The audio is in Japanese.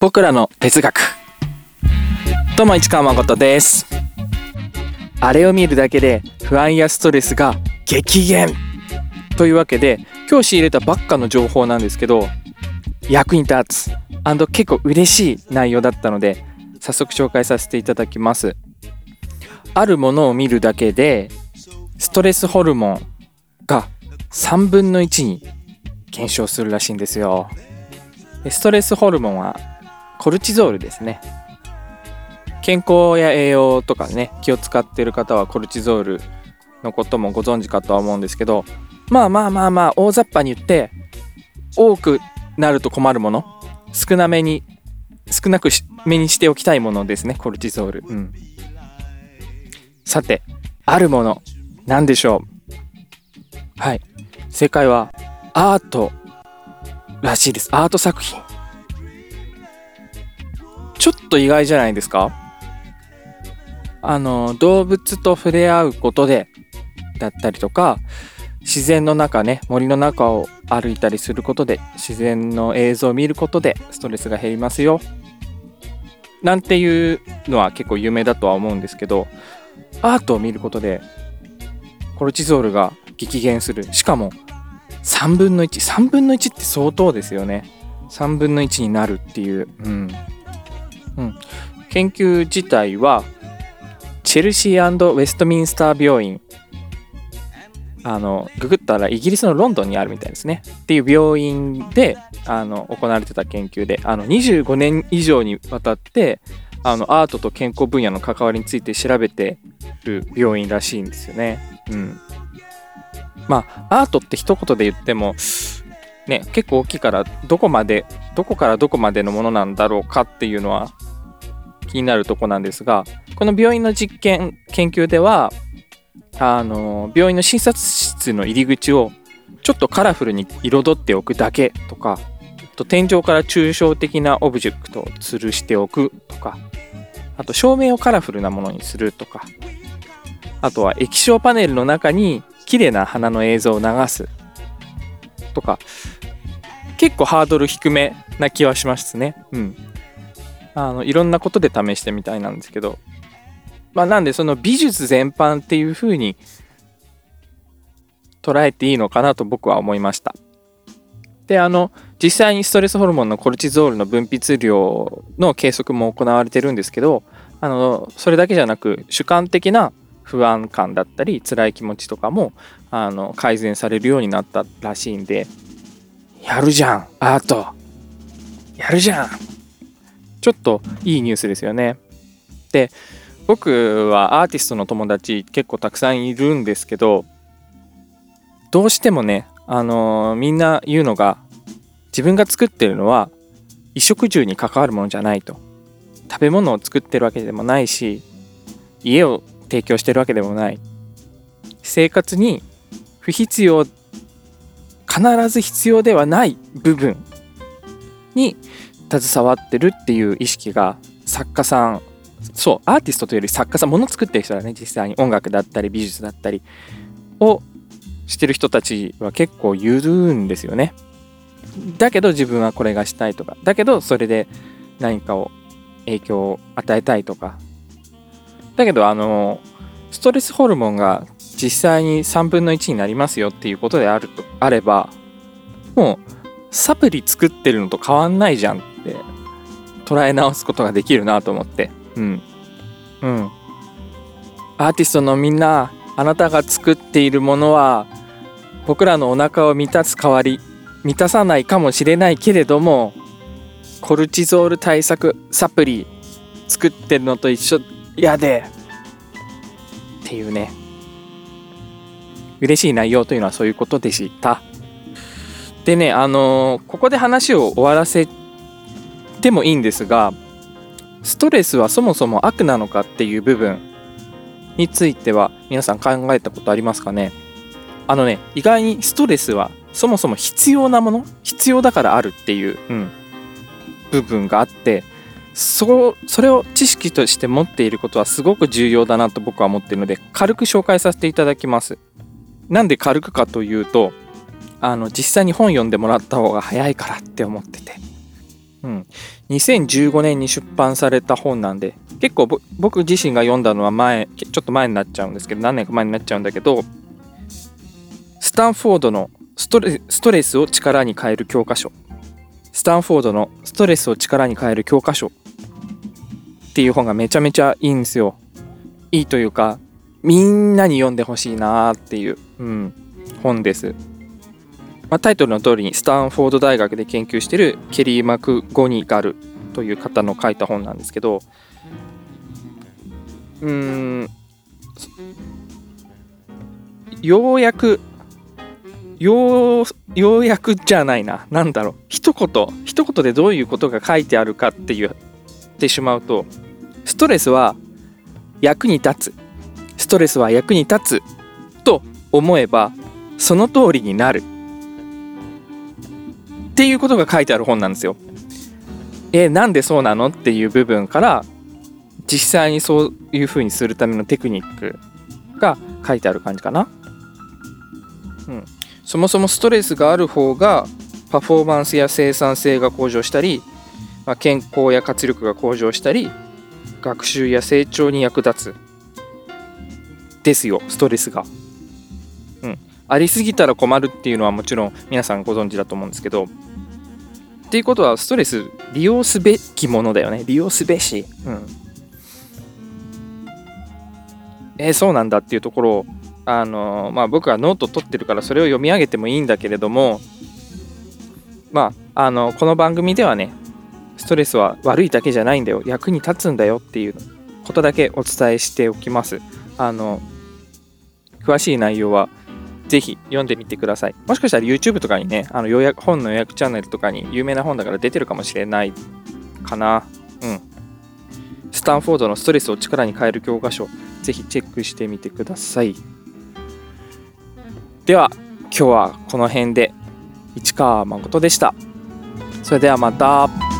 僕らの哲学。どうも市川誠です。あれを見るだけで不安やストレスが激減というわけで、今日仕入れたばっかの情報なんですけど、役に立つ&結構嬉しい内容だったので、早速紹介させていただきます。あるものを見るだけでストレスホルモンが3分の1に減少するらしいんですよ。ストレスホルモンはコルチゾールですね。健康や栄養とかね、気を使っている方はコルチゾールのこともご存知かとは思うんですけど、まあ大雑把に言って、多くなると困るもの、少なくめにしておきたいものですね、コルチゾール。さて、あるもの何でしょう。はい、正解はアートらしいです。アート作品。ちょっと意外じゃないですか。動物と触れ合うことでだったりとか、自然の中ね、森の中を歩いたりすることで、自然の映像を見ることでストレスが減りますよなんていうのは結構有名だとは思うんですけど、アートを見ることでコルチゾールが激減する。しかも3分の1って相当ですよね。3分の1になるっていう、研究自体はチェルシー&ウェストミンスター病院、ググったらイギリスのロンドンにあるみたいですねっていう病院で行われてた研究で、25年以上にわたってアートと健康分野の関わりについて調べてる病院らしいんですよね。アートって一言で言ってもね、結構大きいからどこからどこまでのものなんだろうかっていうのは気になるとこなんですが、この病院の研究では病院の診察室の入り口をちょっとカラフルに彩っておくだけとか、あと天井から抽象的なオブジェクトを吊るしておくとか、あと照明をカラフルなものにするとか、あとは液晶パネルの中に綺麗な花の映像を流すとか、結構ハードル低めな気はしますね。いろんなことで試してみたいなんですけど、なんでその美術全般っていう風に捉えていいのかなと僕は思いました。で、実際にストレスホルモンのコルチゾールの分泌量の計測も行われてるんですけど、それだけじゃなく主観的な不安感だったり辛い気持ちとかも改善されるようになったらしいんで、やるじゃんアート、やるじゃん。ちょっといいニュースですよね。で、僕はアーティストの友達結構たくさんいるんですけど、どうしてもね、みんな言うのが、自分が作ってるのは衣食住に関わるものじゃないと。食べ物を作ってるわけでもないし、家を提供してるわけでもない。生活に必ず必要ではない部分に携わってるっていう意識が作家さん、そうアーティストというより作家さん、物作ってる人だね。実際に音楽だったり美術だったりをしてる人たちは結構言うんですよね。だけど自分はこれがしたいとか、だけどそれで何かを影響を与えたいとか、だけどストレスホルモンが実際に3分の1になりますよっていうことであれば、もうサプリ作ってるのと変わんないじゃんって捉え直すことができるなと思って、アーティストのみんな、あなたが作っているものは僕らのお腹を満たす代わり、満たさないかもしれないけれども、コルチゾール対策サプリ作ってるのと一緒やでっていうね、嬉しい内容というのはそういうことでした。でね、ここで話を終わらせてもいいんですが、ストレスはそもそも悪なのかっていう部分については皆さん考えたことありますかね。意外にストレスはそもそも必要なもの、必要だからあるっていう、部分があって、それを知識として持っていることはすごく重要だなと僕は思っているので、軽く紹介させていただきます。なんで軽くかというと、実際に本読んでもらった方が早いからって思ってて、 2015年に出版された本なんで、結構僕自身が読んだのはちょっと前になっちゃうんですけど、何年か前になっちゃうんだけど、スタンフォードのストレスを力に変える教科書。スタンフォードのストレスを力に変える教科書っていう本がめちゃめちゃいいんですよ。いいというか、みんなに読んでほしいなっていう、本です。タイトルの通りにスタンフォード大学で研究しているケリー・マクゴニガルという方の書いた本なんですけど、ようやくじゃないな。なんだろう。一言でどういうことが書いてあるかって言ってしまうと、ストレスは役に立つと思えばその通りになるっていうことが書いてある本なんですよ。なんでそうなのっていう部分から実際にそういう風にするためのテクニックが書いてある感じかな。そもそもストレスがある方がパフォーマンスや生産性が向上したり、健康や活力が向上したり、学習や成長に役立つですよ、ストレスが。ありすぎたら困るっていうのはもちろん皆さんご存知だと思うんですけど、っていうことはストレス利用すべきものだよね。利用すべし。そうなんだっていうところを僕はノート取ってるからそれを読み上げてもいいんだけれども、この番組ではね、ストレスは悪いだけじゃないんだよ、役に立つんだよっていうことだけお伝えしておきます。詳しい内容はぜひ読んでみてください。もしかしたら YouTube とかにね、本の予約チャンネルとかに有名な本だから出てるかもしれないかな。スタンフォードのストレスを力に変える教科書、ぜひチェックしてみてください。では今日はこの辺で。市川誠でした。それではまた。